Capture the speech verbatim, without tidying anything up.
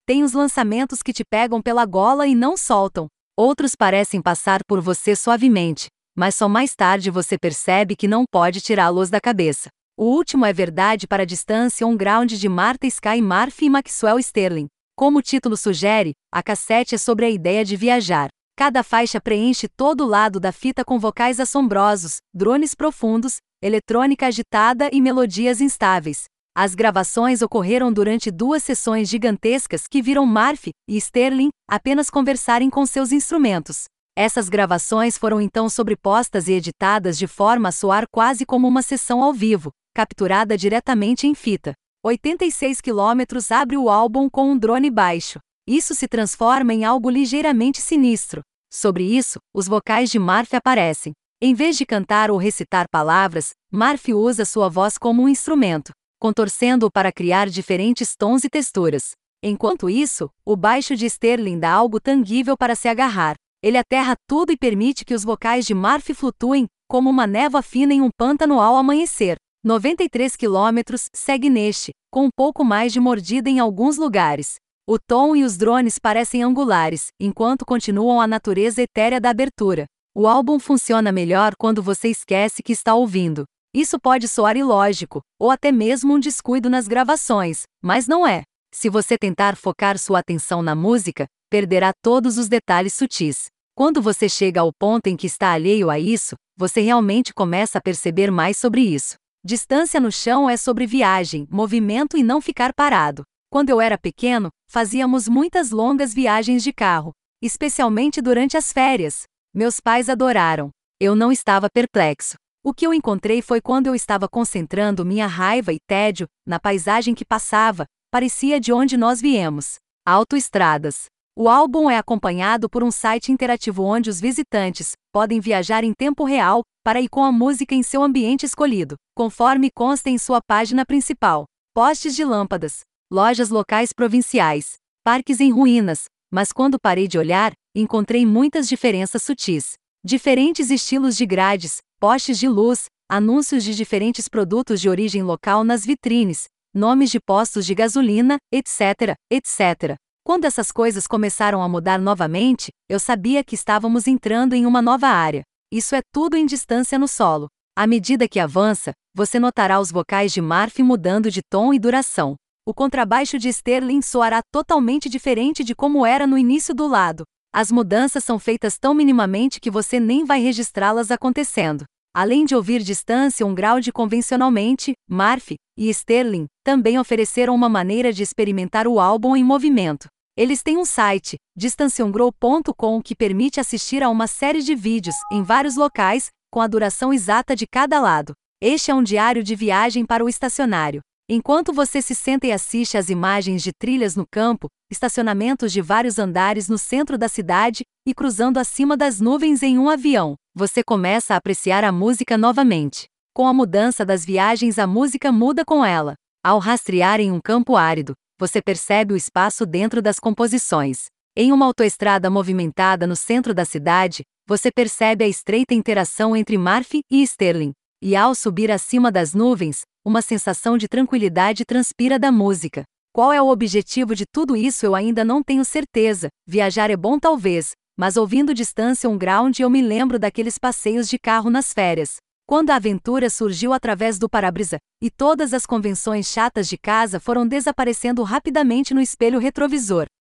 Tem os lançamentos que te pegam pela gola e não soltam. Outros parecem passar por você suavemente, mas só mais tarde você percebe que não pode tirá-los da cabeça. O último é verdade para a distância on-ground de Martha Skye Murphy e Maxwell Sterling. Como o título sugere, a cassete é sobre a ideia de viajar. Cada faixa preenche todo o lado da fita com vocais assombrosos, drones profundos, eletrônica agitada e melodias instáveis. As gravações ocorreram durante duas sessões gigantescas que viram Murphy e Sterling apenas conversarem com seus instrumentos. Essas gravações foram então sobrepostas e editadas de forma a soar quase como uma sessão ao vivo, capturada diretamente em fita. oitenta e seis quilômetros abre o álbum com um drone baixo. Isso se transforma em algo ligeiramente sinistro. Sobre isso, os vocais de Murphy aparecem. Em vez de cantar ou recitar palavras, Murphy usa sua voz como um instrumento, contorcendo-o para criar diferentes tons e texturas. Enquanto isso, o baixo de Sterling dá algo tangível para se agarrar. Ele aterra tudo e permite que os vocais de Murphy flutuem, como uma névoa fina em um pântano ao amanhecer. noventa e três quilômetros segue neste, com um pouco mais de mordida em alguns lugares. O tom e os drones parecem angulares, enquanto continuam a natureza etérea da abertura. O álbum funciona melhor quando você esquece que está ouvindo. Isso pode soar ilógico, ou até mesmo um descuido nas gravações, mas não é. Se você tentar focar sua atenção na música, perderá todos os detalhes sutis. Quando você chega ao ponto em que está alheio a isso, você realmente começa a perceber mais sobre isso. Distância no chão é sobre viagem, movimento e não ficar parado. Quando eu era pequeno, fazíamos muitas longas viagens de carro, especialmente durante as férias. Meus pais adoraram. Eu não estava perplexo. O que eu encontrei foi quando eu estava concentrando minha raiva e tédio na paisagem que passava, parecia de onde nós viemos. Autoestradas. O álbum é acompanhado por um site interativo onde os visitantes podem viajar em tempo real para ir com a música em seu ambiente escolhido, conforme consta em sua página principal. Postes de lâmpadas, lojas locais provinciais, parques em ruínas, mas quando parei de olhar, encontrei muitas diferenças sutis. Diferentes estilos de grades, postes de luz, anúncios de diferentes produtos de origem local nas vitrines, nomes de postos de gasolina, etc, etcétera. Quando essas coisas começaram a mudar novamente, eu sabia que estávamos entrando em uma nova área. Isso é tudo em distância no solo. À medida que avança, você notará os vocais de Murphy mudando de tom e duração. O contrabaixo de Sterling soará totalmente diferente de como era no início do lado. As mudanças são feitas tão minimamente que você nem vai registrá-las acontecendo. Além de ouvir distância um grau de convencionalmente, Murphy e Sterling também ofereceram uma maneira de experimentar o álbum em movimento. Eles têm um site, distanceongrow ponto com, que permite assistir a uma série de vídeos em vários locais, com a duração exata de cada lado. Este é um diário de viagem para o estacionário. Enquanto você se senta e assiste às imagens de trilhas no campo, estacionamentos de vários andares no centro da cidade e cruzando acima das nuvens em um avião, você começa a apreciar a música novamente. Com a mudança das viagens, a música muda com ela. Ao rastrear em um campo árido, você percebe o espaço dentro das composições. Em uma autoestrada movimentada no centro da cidade, você percebe a estreita interação entre Murphy e Sterling. E ao subir acima das nuvens, uma sensação de tranquilidade transpira da música. Qual é o objetivo de tudo isso eu ainda não tenho certeza. Viajar é bom talvez, mas ouvindo distância on ground eu me lembro daqueles passeios de carro nas férias. Quando a aventura surgiu através do para-brisa, e todas as convenções chatas de casa foram desaparecendo rapidamente no espelho retrovisor.